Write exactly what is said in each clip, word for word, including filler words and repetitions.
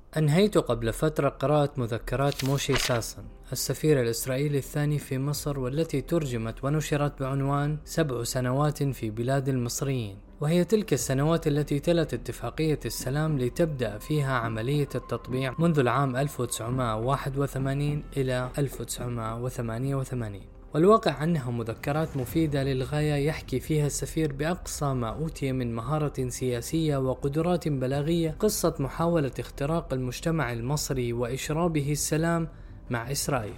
أنهيت قبل فترة قراءة مذكرات موشي ساسن السفير الإسرائيلي الثاني في مصر، والتي ترجمت ونشرت بعنوان سبع سنوات في بلاد المصريين، وهي تلك السنوات التي تلت اتفاقية السلام لتبدأ فيها عملية التطبيع منذ العام ألف وتسعمائة وواحد وثمانين إلى ألف وتسعمائة وثمانية وثمانين. والواقع أنها مذكرات مفيدة للغاية، يحكي فيها السفير بأقصى ما أوتي من مهارة سياسية وقدرات بلاغية قصة محاولة اختراق المجتمع المصري وإشرابه السلام مع إسرائيل.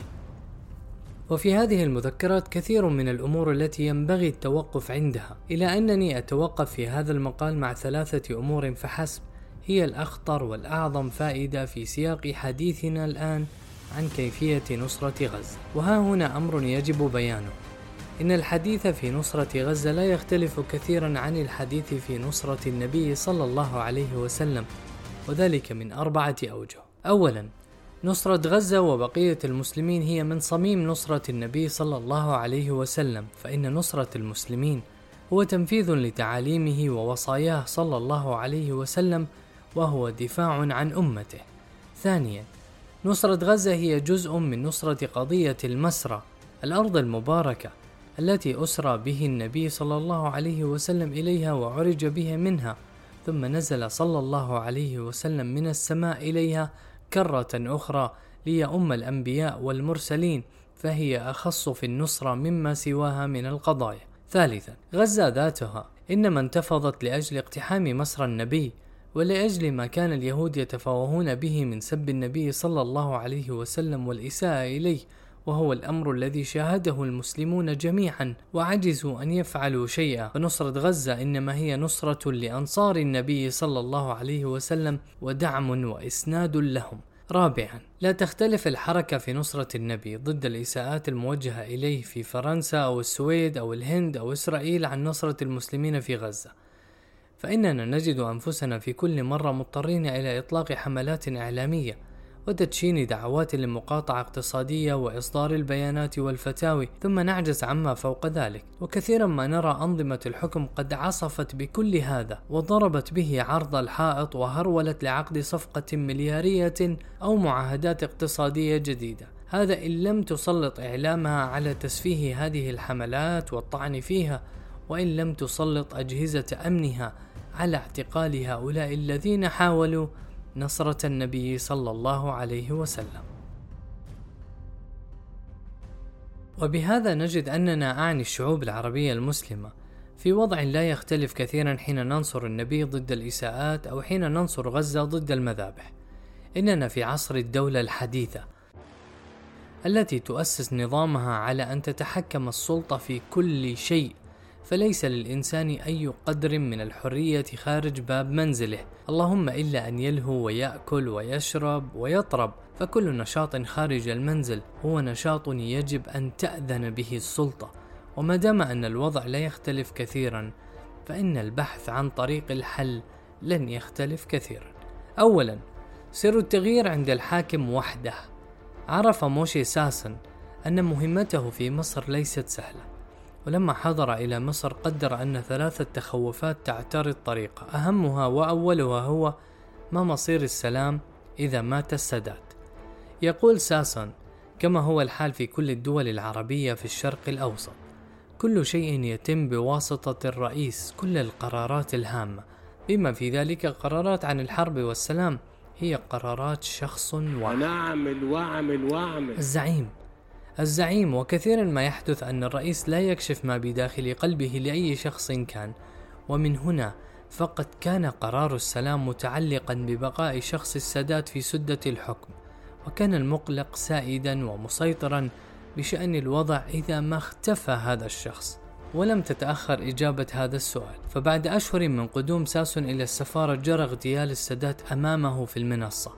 وفي هذه المذكرات كثير من الأمور التي ينبغي التوقف عندها، إلى أنني أتوقف في هذا المقال مع ثلاثة أمور فحسب هي الأخطر والأعظم فائدة في سياق حديثنا الآن عن كيفية نصرة غزة. وها هنا أمر يجب بيانه: إن الحديث في نصرة غزة لا يختلف كثيرا عن الحديث في نصرة النبي صلى الله عليه وسلم، وذلك من أربعة أوجه. أولا، نصرة غزة وبقية المسلمين هي من صميم نصرة النبي صلى الله عليه وسلم، فإن نصرة المسلمين هو تنفيذ لتعاليمه ووصاياه صلى الله عليه وسلم، وهو دفاع عن أمته. ثانيا، نصرة غزة هي جزء من نصرة قضية المسرى، الأرض المباركة التي أسرى به النبي صلى الله عليه وسلم إليها وعرج به منها، ثم نزل صلى الله عليه وسلم من السماء إليها كرة أخرى ليؤم الأنبياء والمرسلين، فهي أخص في النصرة مما سواها من القضايا. ثالثا، غزة ذاتها إنما انتفضت لأجل اقتحام مسرى النبي، ولأجل ما كان اليهود يتفوهون به من سب النبي صلى الله عليه وسلم والإساءة إليه، وهو الأمر الذي شاهده المسلمون جميعا وعجزوا أن يفعلوا شيئا. فنصرة غزة إنما هي نصرة لأنصار النبي صلى الله عليه وسلم ودعم وإسناد لهم. رابعا، لا تختلف الحركة في نصرة النبي ضد الإساءات الموجهة إليه في فرنسا أو السويد أو الهند أو إسرائيل عن نصرة المسلمين في غزة، فإننا نجد أنفسنا في كل مرة مضطرين إلى إطلاق حملات إعلامية وتدشين دعوات لمقاطعة اقتصادية وإصدار البيانات والفتاوي، ثم نعجز عما فوق ذلك. وكثيرا ما نرى أنظمة الحكم قد عصفت بكل هذا وضربت به عرض الحائط وهرولت لعقد صفقة مليارية أو معاهدات اقتصادية جديدة، هذا إن لم تسلط إعلامها على تسفيه هذه الحملات والطعن فيها، وإن لم تسلط أجهزة أمنها على اعتقال هؤلاء الذين حاولوا نصرة النبي صلى الله عليه وسلم. وبهذا نجد أننا أعني الشعوب العربية المسلمة في وضع لا يختلف كثيرا حين ننصر النبي ضد الإساءات أو حين ننصر غزة ضد المذابح. إننا في عصر الدولة الحديثة التي تؤسس نظامها على أن تتحكم السلطة في كل شيء، فليس للإنسان أي قدر من الحرية خارج باب منزله، اللهم إلا أن يلهو ويأكل ويشرب ويطرب، فكل نشاط خارج المنزل هو نشاط يجب أن تأذن به السلطة. وما دام أن الوضع لا يختلف كثيرا، فإن البحث عن طريق الحل لن يختلف كثيرا. أولا، سر التغيير عند الحاكم وحده. عرف موشي ساسن أن مهمته في مصر ليست سهلة، ولما حضر إلى مصر قدر أن ثلاثة تخوفات تعترض طريقه، أهمها وأولها هو ما مصير السلام إذا مات السادات. يقول ساسن: كما هو الحال في كل الدول العربية في الشرق الأوسط، كل شيء يتم بواسطة الرئيس، كل القرارات الهامة بما في ذلك قرارات عن الحرب والسلام هي قرارات شخص واحد. نعمل واعمل واعمل الزعيم الزعيم وكثيرا ما يحدث أن الرئيس لا يكشف ما بداخل قلبه لأي شخص كان، ومن هنا فقد كان قرار السلام متعلقا ببقاء شخص السادات في سدة الحكم، وكان المقلق سائدا ومسيطرا بشأن الوضع إذا ما اختفى هذا الشخص. ولم تتأخر إجابة هذا السؤال، فبعد أشهر من قدوم ساسن إلى السفارة جرى اغتيال السادات أمامه في المنصة،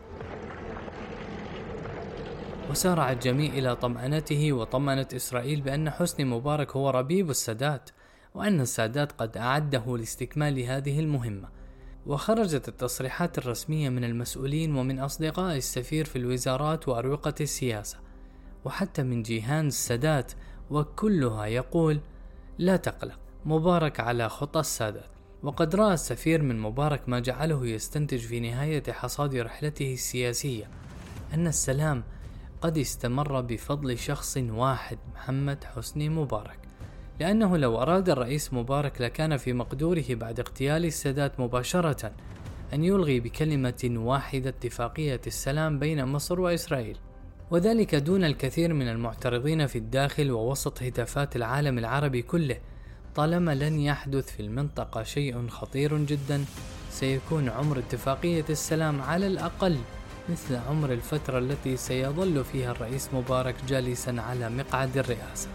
وسارع الجميع إلى طمأنته وطمأنت إسرائيل بأن حسني مبارك هو ربيب السادات، وأن السادات قد أعده لاستكمال هذه المهمة. وخرجت التصريحات الرسمية من المسؤولين ومن أصدقاء السفير في الوزارات وأروقة السياسة، وحتى من جيهان السادات، وكلها يقول: لا تقلق، مبارك على خطى السادات. وقد رأى السفير من مبارك ما جعله يستنتج في نهاية حصاد رحلته السياسية أن السلام قد استمر بفضل شخص واحد، محمد حسني مبارك، لأنه لو أراد الرئيس مبارك لكان في مقدوره بعد اغتيال السادات مباشرة أن يلغي بكلمة واحدة اتفاقية السلام بين مصر وإسرائيل، وذلك دون الكثير من المعترضين في الداخل ووسط هتافات العالم العربي كله، طالما لن يحدث في المنطقة شيء خطير جدا سيكون عمر اتفاقية السلام على الأقل مثل عمر الفترة التي سيظل فيها الرئيس مبارك جالسا على مقعد الرئاسة.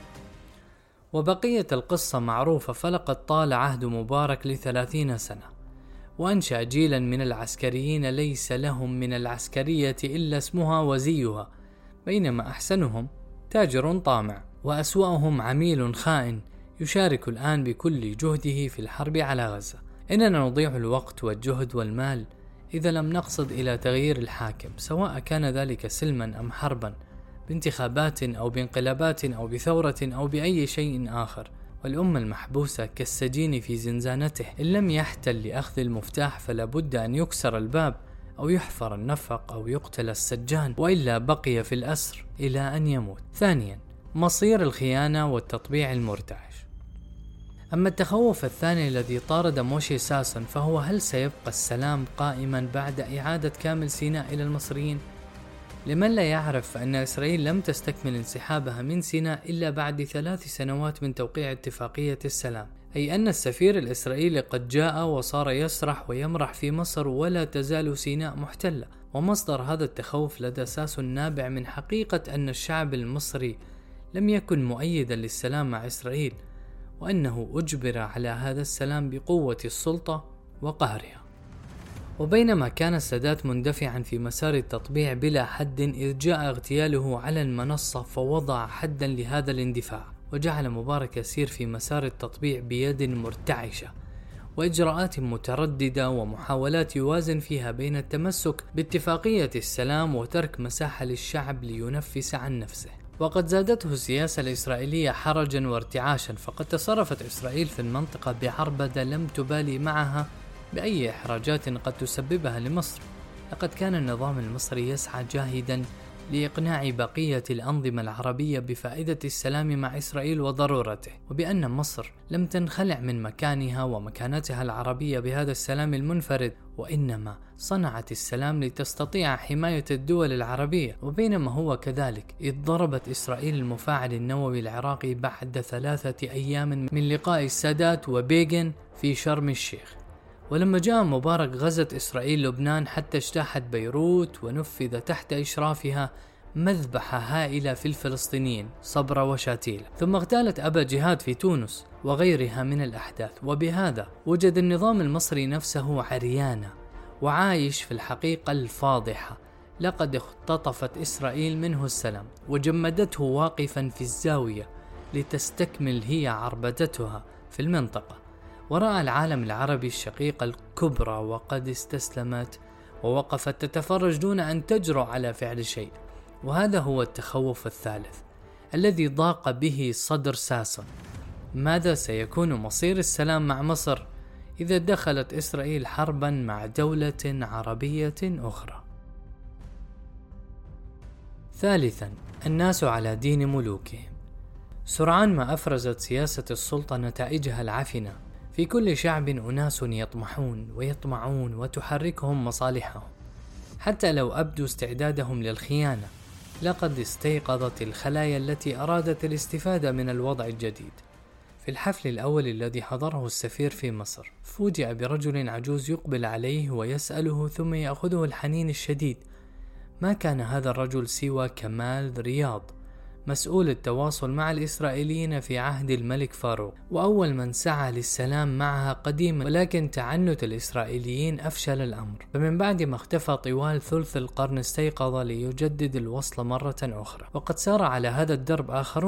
وبقية القصة معروفة، فلقد طال عهد مبارك لثلاثين سنة، وأنشأ جيلا من العسكريين ليس لهم من العسكرية إلا اسمها وزيها، بينما أحسنهم تاجر طامع وأسوأهم عميل خائن يشارك الآن بكل جهده في الحرب على غزة. إننا نضيع الوقت والجهد والمال إذا لم نقصد إلى تغيير الحاكم، سواء كان ذلك سلما أم حربا، بانتخابات أو بانقلابات أو بثورة أو بأي شيء آخر. والأمة المحبوسة كالسجين في زنزانته، إن لم يحتل لأخذ المفتاح فلا بد أن يكسر الباب أو يحفر النفق أو يقتل السجان، وإلا بقي في الأسر إلى أن يموت. ثانيا، مصير الخيانة والتطبيع المرتعش. أما التخوف الثاني الذي طارد موشي ساسن فهو هل سيبقى السلام قائما بعد إعادة كامل سيناء إلى المصريين؟ لمن لا يعرف فإن إسرائيل لم تستكمل انسحابها من سيناء إلا بعد ثلاث سنوات من توقيع اتفاقية السلام، أي أن السفير الإسرائيلي قد جاء وصار يسرح ويمرح في مصر ولا تزال سيناء محتلة. ومصدر هذا التخوف لدى ساسن نابع من حقيقة أن الشعب المصري لم يكن مؤيدا للسلام مع إسرائيل، وأنه أجبر على هذا السلام بقوة السلطة وقهرها. وبينما كان السادات مندفعا في مسار التطبيع بلا حد، إذ جاء اغتياله على المنصة فوضع حدا لهذا الاندفاع، وجعل مبارك يسير في مسار التطبيع بيد مرتعشة وإجراءات مترددة ومحاولات يوازن فيها بين التمسك باتفاقية السلام وترك مساحة للشعب لينفس عن نفسه. وقد زادته السياسة الإسرائيلية حرجا وارتعاشا، فقد تصرفت إسرائيل في المنطقة بعربدة لم تبالي معها بأي إحراجات قد تسببها لمصر. لقد كان النظام المصري يسعى جاهدا لإقناع بقية الأنظمة العربية بفائدة السلام مع إسرائيل وضرورته، وبأن مصر لم تنخلع من مكانها ومكانتها العربية بهذا السلام المنفرد، وإنما صنعت السلام لتستطيع حماية الدول العربية. وبينما هو كذلك، إذ ضربت إسرائيل المفاعل النووي العراقي بعد ثلاثة أيام من لقاء السادات وبيغن في شرم الشيخ. ولما جاء مبارك غزت إسرائيل لبنان حتى اجتاحت بيروت ونفذ تحت إشرافها مذبحة هائلة في الفلسطينيين صبرا وشاتيل، ثم اغتالت أبا جهاد في تونس وغيرها من الأحداث. وبهذا وجد النظام المصري نفسه عريانا وعايش في الحقيقة الفاضحة. لقد اختطفت إسرائيل منه السلام وجمدته واقفا في الزاوية لتستكمل هي عربدتها في المنطقة، ورأى العالم العربي الشقيق الكبرى وقد استسلمت ووقفت تتفرج دون أن تجرؤ على فعل شيء. وهذا هو التخوف الثالث الذي ضاق به صدر ساسن. ماذا سيكون مصير السلام مع مصر إذا دخلت إسرائيل حربا مع دولة عربية أخرى؟ ثالثا، الناس على دين ملوكهم. سرعان ما أفرزت سياسة السلطة نتائجها العفنة. في كل شعب أناس يطمحون ويطمعون وتحركهم مصالحهم، حتى لو أبدوا استعدادهم للخيانة. لقد استيقظت الخلايا التي أرادت الاستفادة من الوضع الجديد. في الحفل الأول الذي حضره السفير في مصر، فوجئ برجل عجوز يقبل عليه ويسأله، ثم يأخذه الحنين الشديد. ما كان هذا الرجل سوى كمال رياض، مسؤول التواصل مع الإسرائيليين في عهد الملك فاروق، وأول من سعى للسلام معها قديما، ولكن تعنت الإسرائيليين أفشل الأمر. فمن بعد ما اختفى طوال ثلث القرن استيقظ ليجدد الوصل مرة أخرى. وقد سار على هذا الدرب آخرون،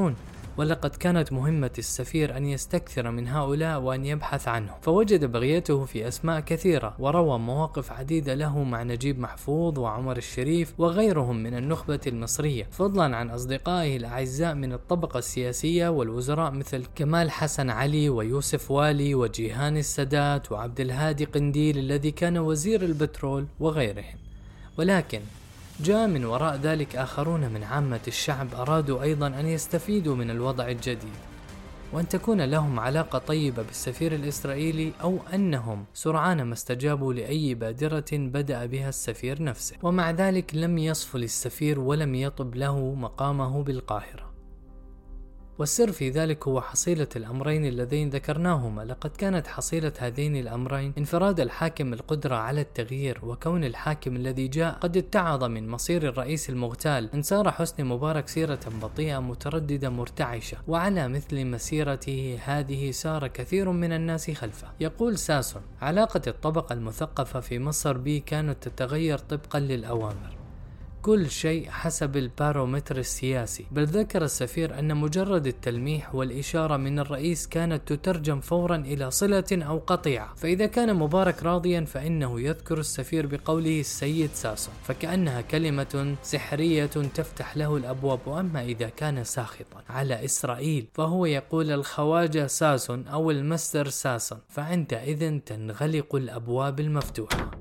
ولقد كانت مهمة السفير أن يستكثر من هؤلاء وأن يبحث عنهم، فوجد بغيته في أسماء كثيرة، وروى مواقف عديدة له مع نجيب محفوظ وعمر الشريف وغيرهم من النخبة المصرية، فضلا عن أصدقائه الأعزاء من الطبقة السياسية والوزراء مثل كمال حسن علي ويوسف والي وجيهان السادات وعبد الهادي قنديل الذي كان وزير البترول وغيرهم. ولكن جاء من وراء ذلك آخرون من عامة الشعب أرادوا أيضا أن يستفيدوا من الوضع الجديد، وأن تكون لهم علاقة طيبة بالسفير الإسرائيلي، أو أنهم سرعان ما استجابوا لأي بادرة بدأ بها السفير نفسه، ومع ذلك لم يصفل السفير ولم يطب له مقامه بالقاهرة. والسر في ذلك هو حصيلة الأمرين اللذين ذكرناهما. لقد كانت حصيلة هذين الأمرين انفراد الحاكم القدرة على التغيير، وكون الحاكم الذي جاء قد اتعظ من مصير الرئيس المغتال، ان سار حسني مبارك سيرة بطيئة مترددة مرتعشة، وعلى مثل مسيرته هذه سار كثير من الناس خلفه. يقول ساسون: علاقة الطبقة المثقفة في مصر بي كانت تتغير طبقا للأوامر، كل شيء حسب البارومتر السياسي. بل ذكر السفير أن مجرد التلميح والإشارة من الرئيس كانت تترجم فورا إلى صلة أو قطيعة، فإذا كان مبارك راضيا فإنه يذكر السفير بقوله السيد ساسون، فكأنها كلمة سحرية تفتح له الأبواب. وأما إذا كان ساخطا على إسرائيل فهو يقول الخواجة ساسون أو المستر ساسون، فعندئذ تنغلق الأبواب المفتوحة.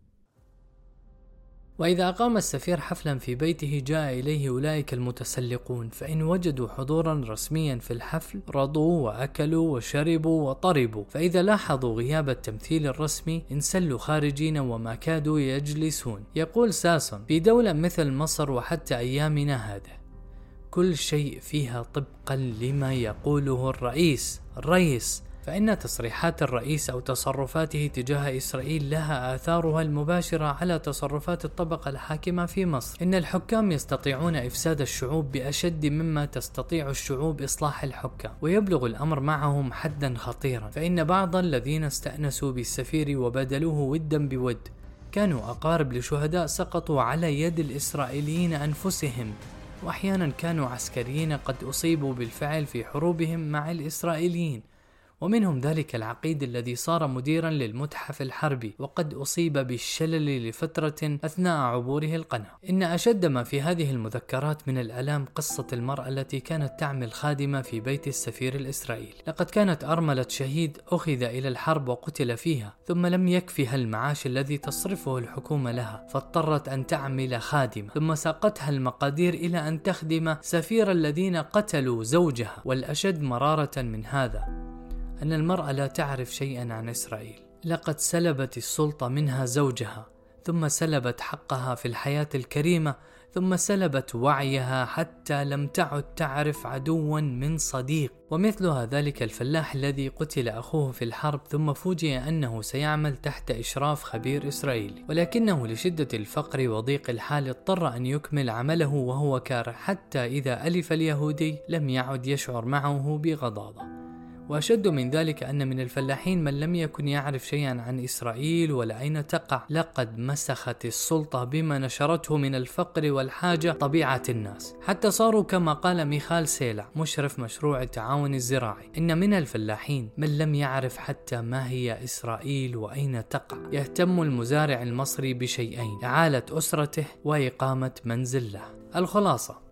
وإذا أقام السفير حفلا في بيته جاء إليه أولئك المتسلقون، فإن وجدوا حضورا رسميا في الحفل رضوا وأكلوا وشربوا وطربوا، فإذا لاحظوا غياب التمثيل الرسمي انسلوا خارجين وما كادوا يجلسون. يقول ساسون: في دولة مثل مصر وحتى أيامنا هذا كل شيء فيها طبقا لما يقوله الرئيس الرئيس فإن تصريحات الرئيس أو تصرفاته تجاه إسرائيل لها آثارها المباشرة على تصرفات الطبقة الحاكمة في مصر. إن الحكام يستطيعون إفساد الشعوب بأشد مما تستطيع الشعوب إصلاح الحكام، ويبلغ الأمر معهم حدا خطيرا، فإن بعض الذين استأنسوا بالسفير وبدلوه ودا بود كانوا أقارب لشهداء سقطوا على يد الإسرائيليين أنفسهم، وأحيانا كانوا عسكريين قد أصيبوا بالفعل في حروبهم مع الإسرائيليين، ومنهم ذلك العقيد الذي صار مديرا للمتحف الحربي وقد أصيب بالشلل لفترة أثناء عبوره القناة. إن أشد ما في هذه المذكرات من الألام قصة المرأة التي كانت تعمل خادمة في بيت السفير الإسرائيلي. لقد كانت أرملة شهيد أخذ إلى الحرب وقتل فيها، ثم لم يكفها المعاش الذي تصرفه الحكومة لها، فاضطرت أن تعمل خادمة، ثم ساقتها المقادير إلى أن تخدم سفير الذين قتلوا زوجها. والأشد مرارة من هذا أن المرأة لا تعرف شيئا عن إسرائيل. لقد سلبت السلطة منها زوجها، ثم سلبت حقها في الحياة الكريمة، ثم سلبت وعيها حتى لم تعد تعرف عدوا من صديق. ومثلها ذلك الفلاح الذي قتل أخوه في الحرب، ثم فوجئ أنه سيعمل تحت إشراف خبير إسرائيلي، ولكنه لشدة الفقر وضيق الحال اضطر أن يكمل عمله وهو كاره، حتى إذا ألف اليهودي لم يعد يشعر معه بغضاضة. وأشد من ذلك أن من الفلاحين من لم يكن يعرف شيئا عن إسرائيل ولا أين تقع. لقد مسخت السلطة بما نشرته من الفقر والحاجة طبيعة الناس، حتى صاروا كما قال ميخال سيلع مشرف مشروع التعاون الزراعي: إن من الفلاحين من لم يعرف حتى ما هي إسرائيل وأين تقع. يهتم المزارع المصري بشيئين: إعالة أسرته وإقامة منزل له. الخلاصة: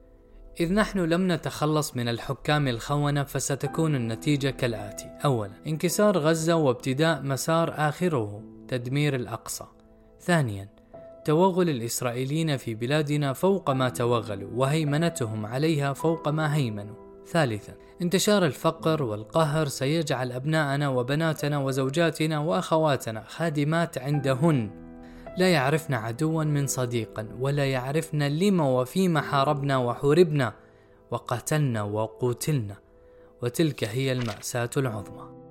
إذ نحن لم نتخلص من الحكام الخونة فستكون النتيجة كالآتي: أولا، انكسار غزة وابتداء مسار آخره تدمير الأقصى. ثانيا، توغل الإسرائيليين في بلادنا فوق ما توغلوا، وهيمنتهم عليها فوق ما هيمنوا. ثالثا، انتشار الفقر والقهر سيجعل أبناءنا وبناتنا وزوجاتنا وأخواتنا خادمات عندهن، لا يعرفن عدوا من صديقا، ولا يعرفن لما وفيما حاربنا وحوربنا وقتلنا وقتلنا، وتلك هي المأساة العظمى.